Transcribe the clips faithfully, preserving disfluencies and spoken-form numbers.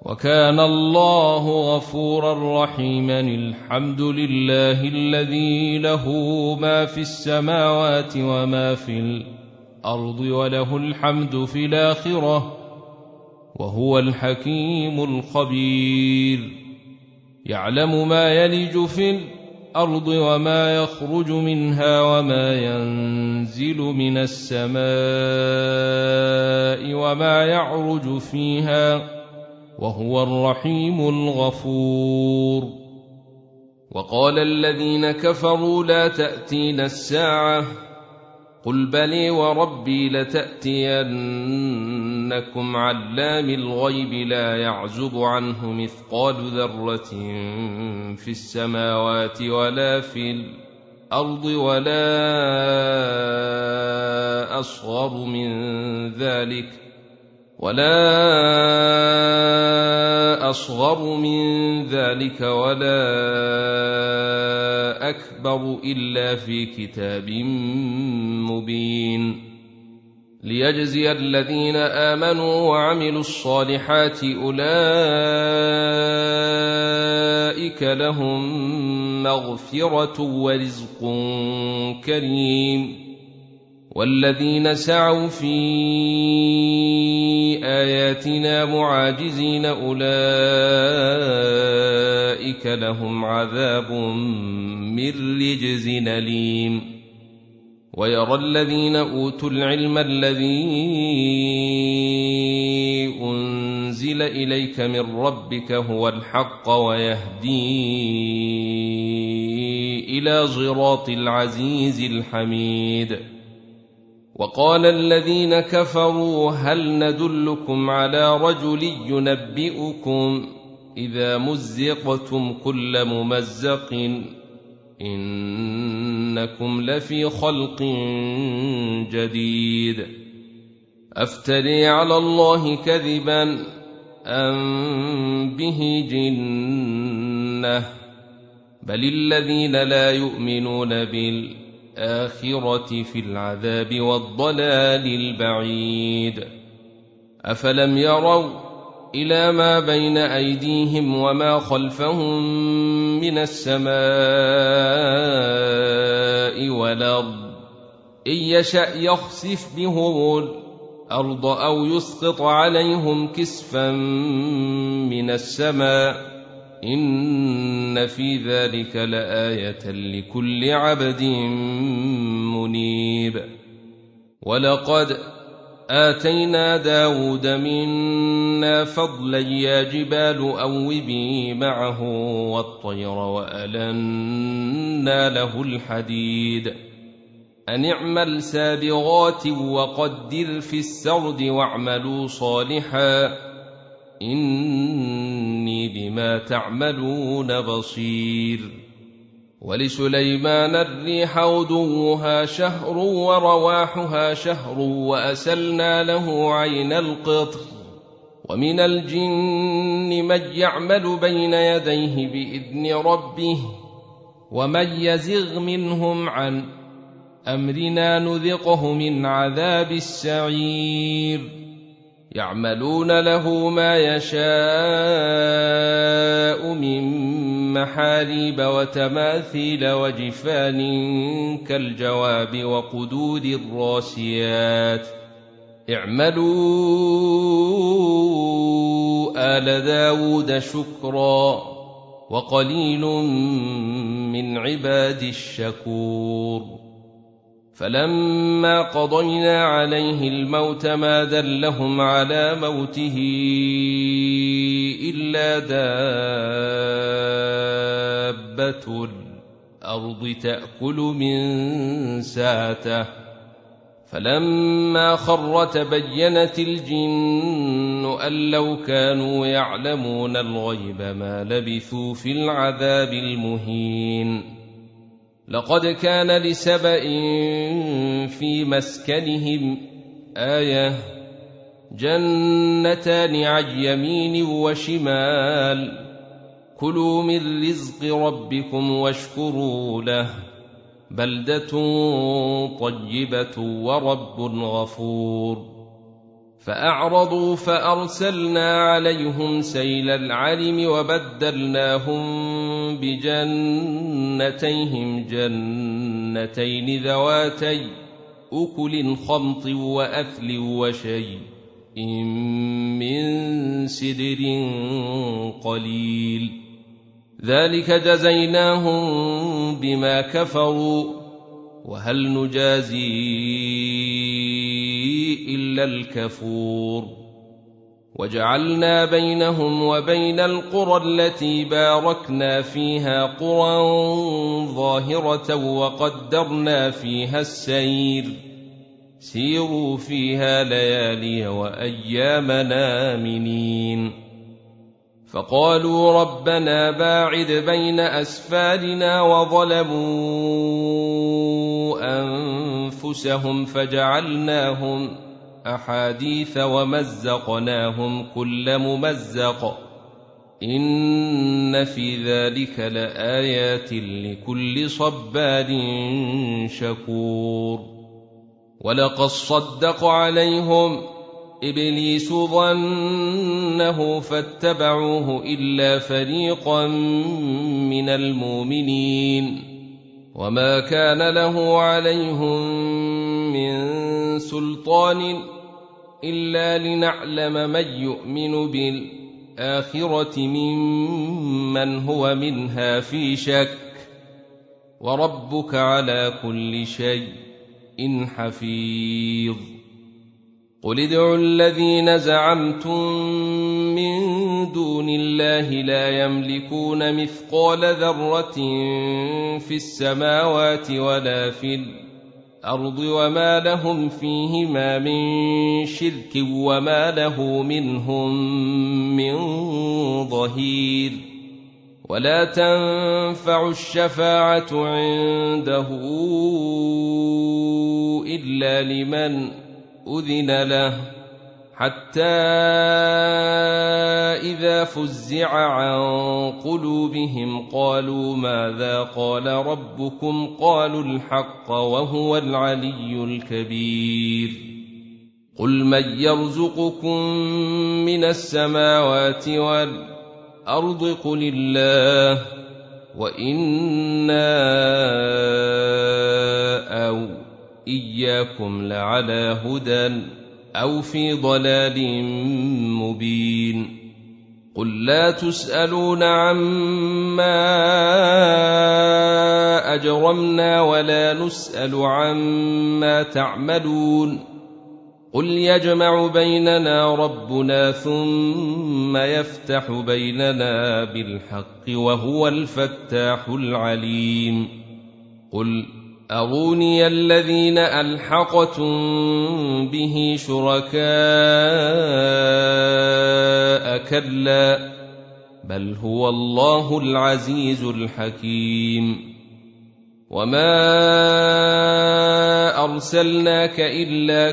وكان الله غفورا رحيما. الحمد لله الذي له ما في السماوات وما في الأرض وله الحمد في الآخرة وهو الحكيم الخبير. يعلم ما يلج في الأرض وما يخرج منها وما ينزل من السماء وما يعرج فيها وهو الرحيم الغفور. وقال الذين كفروا لا تأتينا الساعة قل بلي وربي لتأتينكم علام الغيب لا يعزب عنه مثقال ذرة في السماوات ولا في الأرض ولا أصغر من ذلك ولا أصغر من ذلك ولا أكبر إلا في كتاب مبين ليجزي الذين آمنوا وعملوا الصالحات أولئك لهم مغفرة ورزق كريم. والذين سعوا في آياتنا معاجزين أولئك لهم عذاب من رجز أليم. ويرى الذين أوتوا العلم الذي أنزل إليك من ربك هو الحق ويهدي إلى صراط العزيز الحميد. وقال الذين كفروا هل ندلكم على رجل ينبئكم إذا مزقتم كل ممزق إنكم لفي خلق جديد أفتري على الله كذبا أم به جنة بل الذين لا يؤمنون بالآخرة في العذاب والضلال البعيد. أفلم يروا إلى ما بين أيديهم وما خلفهم من السماء والأرض إن يشأ يخسف بهم الأرض أو يسقط عليهم كسفا من السماء إن في ذلك لآية لكل عبد منيب. ولقد آتينا داود منا فضلا يا جبال أوبي معه والطير وألنا له الحديد أن اعمل سابغات وقدر في السرد واعملوا صالحا إني بما تعملون بصير. ولسليمان الريح غدوها شهر ورواحها شهر وأسلنا له عين القطر ومن الجن من يعمل بين يديه بإذن ربه ومن يزغ منهم عن أمرنا نذقه من عذاب السعير. يعملون له ما يشاء من محاريب وتماثيل وجفان كالجواب وقدود الراسيات اعملوا آل داود شكرا وقليل من عبادي الشكور. فلما قضينا عليه الموت ما دلهم على موته إلا دابة الأرض تأكل من ساته فلما خر تبينت الجن أن لو كانوا يعلمون الغيب ما لبثوا في العذاب المهين. لقد كان لسبإ في مسكنهم آية جنتان عن يمين وشمال كلوا من رزق ربكم واشكروا له بلدة طيبة ورب غفور. فأعرضوا فأرسلنا عليهم سيل العرم وبدلناهم بجنتيهم جنتين ذواتي أكل خمط وأثل وشيء من سدر قليل ذلك جزيناهم بما كفروا وهل نجازي إلا الكفور وجعلنا بينهم وبين القرى التي باركنا فيها قرى ظاهرة وقدرنا فيها السير سيروا فيها ليالي وأيامنا آمنين فقالوا ربنا باعد بين أسفارنا وظلموا أنفسهم فجعلناهم أحاديث ومزقناهم كل ممزق إن في ذلك لآيات لكل صبار شكور ولقد صدق عليهم إبليس ظنه فاتبعوه إلا فريقا من المؤمنين وما كان له عليهم من سلطان إلا لنعلم من يؤمن بالآخرة ممن هو منها في شك وربك على كل شيء حفيظ قل ادعوا الذين زعمتم من دون الله لا يملكون مثقال ذرة في السماوات ولا في الأرض وما لهم فيهما من شرك وما له منهم من ظهير ولا تنفع الشفاعة عنده إلا لمن أذن له حتى إذا فزع عن قلوبهم قالوا ماذا قال ربكم قالوا الحق وهو العلي الكبير قل من يرزقكم من السماوات والأرض قل الله وإنا أو إياكم لعلى هدى أو في ضلال مبين قل لا تسألون عما أجرمنا ولا نسأل عما تعملون قل يجمع بيننا ربنا ثم يفتح بيننا بالحق وهو الفتاح العليم قل أروني الذين ألحقتم به شركاء كلا بل هو الله العزيز الحكيم وما أرسلناك إلا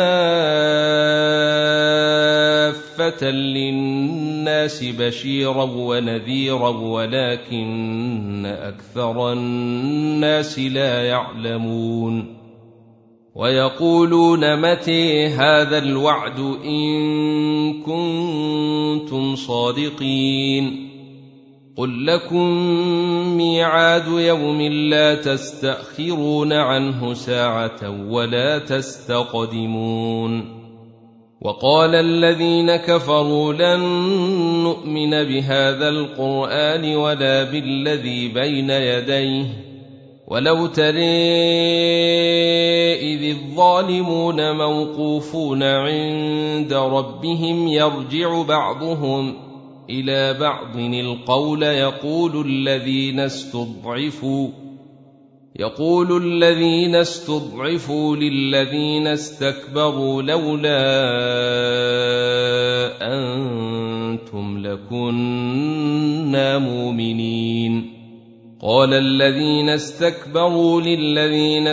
كافة للناس بشيرا ونذيرا ولكن أكثر الناس لا يعلمون ويقولون متى هذا الوعد إن كنتم صادقين قل لكم ميعاد يوم لا تستأخرون عنه ساعة ولا تستقدمون وقال الذين كفروا لن نؤمن بهذا القرآن ولا بالذي بين يديه ولو ترى إذ الظالمون موقوفون عند ربهم يرجع بعضهم إلى بعض القول يقول الذين استضعفوا يقول الذين استضعفوا للذين استكبروا لولا أنتم لكنا مؤمنين قال الذين استكبروا للذين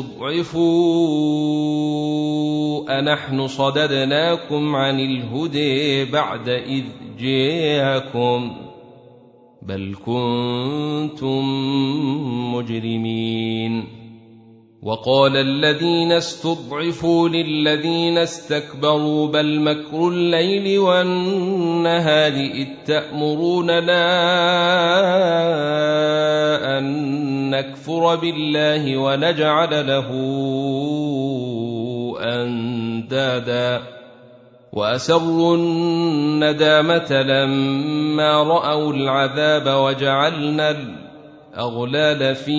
استضعفوا أنحن صددناكم عن الهدى بعد إذ جاءكم بل كنتم مجرمين وقال الذين استضعفوا للذين استكبروا بل مكر الليل والنهار إذ تأمروننا أن نكفر بالله ونجعل له أندادا وأسروا الندامة لما رأوا العذاب وجعلنا الأغلال في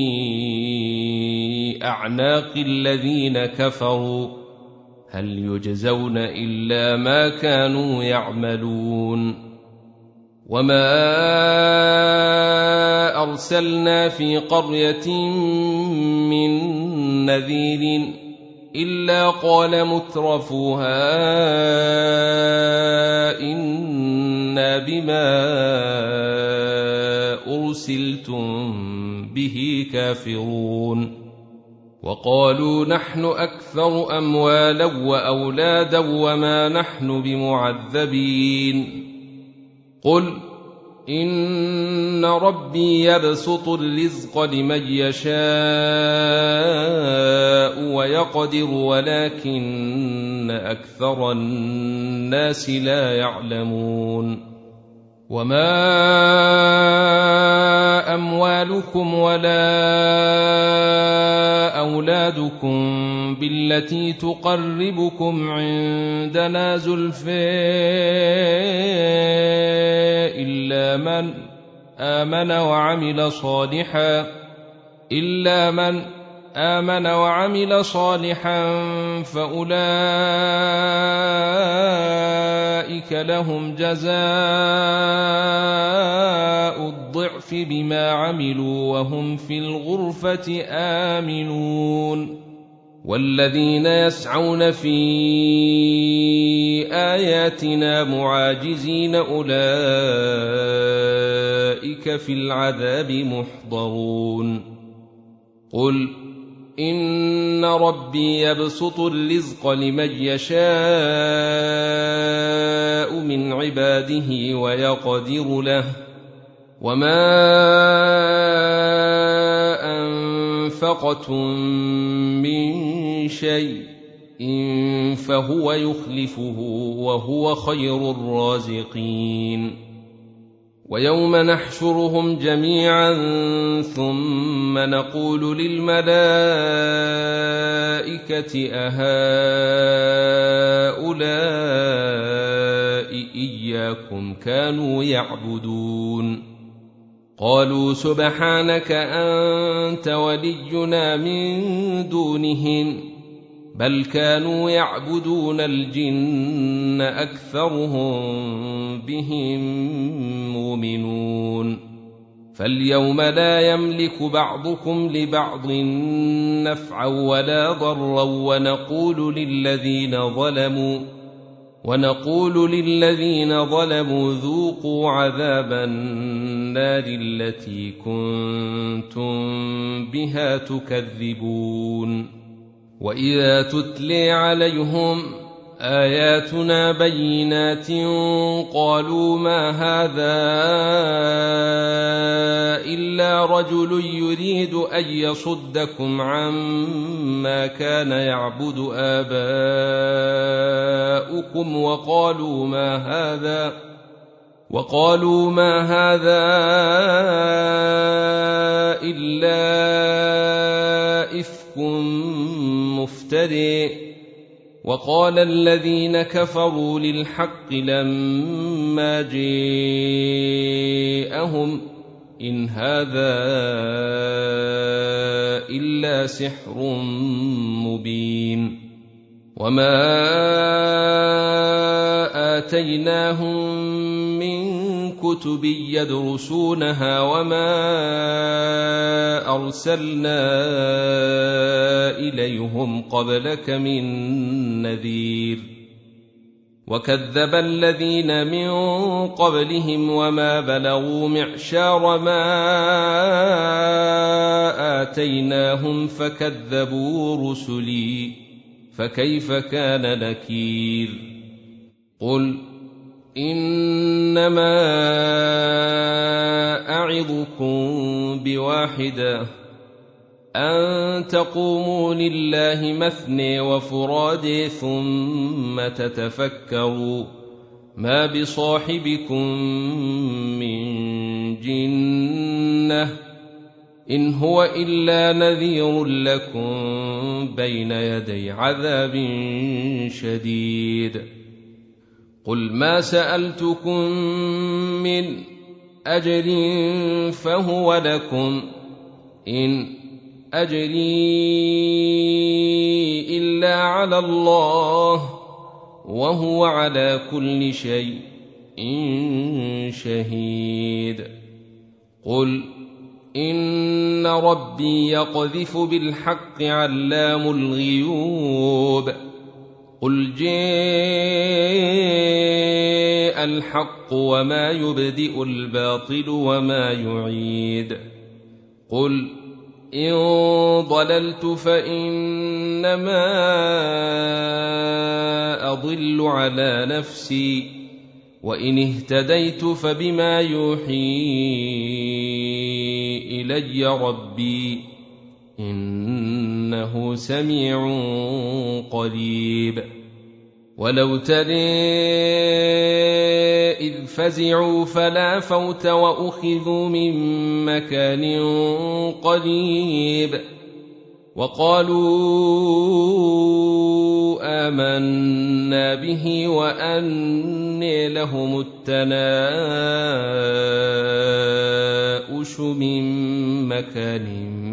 أعناق الذين كفروا هل يجزون إلا ما كانوا يعملون وما أرسلنا في قرية من نذير إلا قال مترفوها إنا بما أرسلتم به كافرون وقالوا نحن أكثر أموالا وأولادا وما نحن بمعذبين قل إن ربي يبسط الرزق لمن يشاء ويقدر ولكن أكثر الناس لا يعلمون وما أموالكم ولا أولادكم بالتي تقربكم عندنا زلفى إلا من آمن وعمل صالحا إلا من آمن وعمل صالحا فأولئك لهم جزاء الضعف بما عملوا وهم في الغرفة آمنون والذين يسعون في آياتنا معاجزين أولئك في العذاب محضرون قل إن ربي يبسط الرزق لمن يشاء من عباده ويقدر له وما أنفقتم من شيء إن فهو يخلفه وهو خير الرازقين ويوم نحشرهم جميعا ثم نقول للملائكة أهؤلاء إياكم كانوا يعبدون قالوا سبحانك أنت ولينا من دونهم بل كانوا يعبدون الجن أكثرهم بهم مؤمنون فاليوم لا يملك بعضكم لبعض نفعا ولا ضرا ونقول للذين ظلموا ونقول للذين ظلموا ذوقوا عذاب النار التي كنتم بها تكذبون وإذا تتلي عليهم آياتنا بينات قالوا ما هذا إلا رجل يريد أن يصدكم عما كان يعبد آباؤكم وقالوا ما هذا وقالوا ما هذا إلا إفك مفتري وقال الذين كفروا للحق لما جاءهم إن هذا إلا سحر مبين وما آتيناهم من كتب يدرسونها وما أرسلنا إليهم قبلك من نذير وكذب الذين من قبلهم وما بلغوا معشار ما آتيناهم فكذبوا رسلي فكيف كان نكير قل إنما أعظكم بواحدة أن تقوموا لله مثني وفرادي ثم تتفكروا ما بصاحبكم من جنة إن هو إلا نذير لكم بين يدي عذاب شديد. قل ما سألتكم من أجر فهو لكم إن أجري إلا على الله وهو على كل شيء شهيد. قل إن ربي يقذف بالحق علام الغيوب. قل جاء الحق وما يبدئ الباطل وما يعيد. قل إن ضللت فإنما أضل على نفسي وإن اهتديت فبما يوحي إلي ربي إنه سميع قريب. ولو ترى إذ فزعوا فلا فوت وأخذوا من مكان قريب وقالوا آمنا به وأنى لهم التناؤش من مكان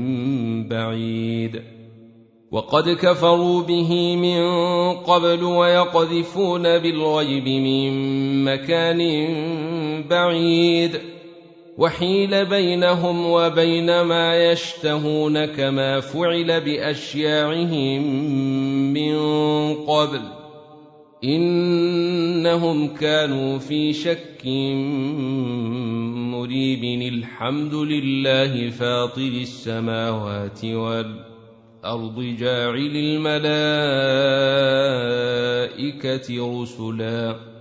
بعيد وقد كفروا به من قبل ويقذفون بالغيب من مكان بعيد وحيل بينهم وبين ما يشتهون كما فعل بأشياعهم من قبل إنهم كانوا في شك مريب. الحمد لله فاطر السماوات والأرض جاعل الملائكة رسلا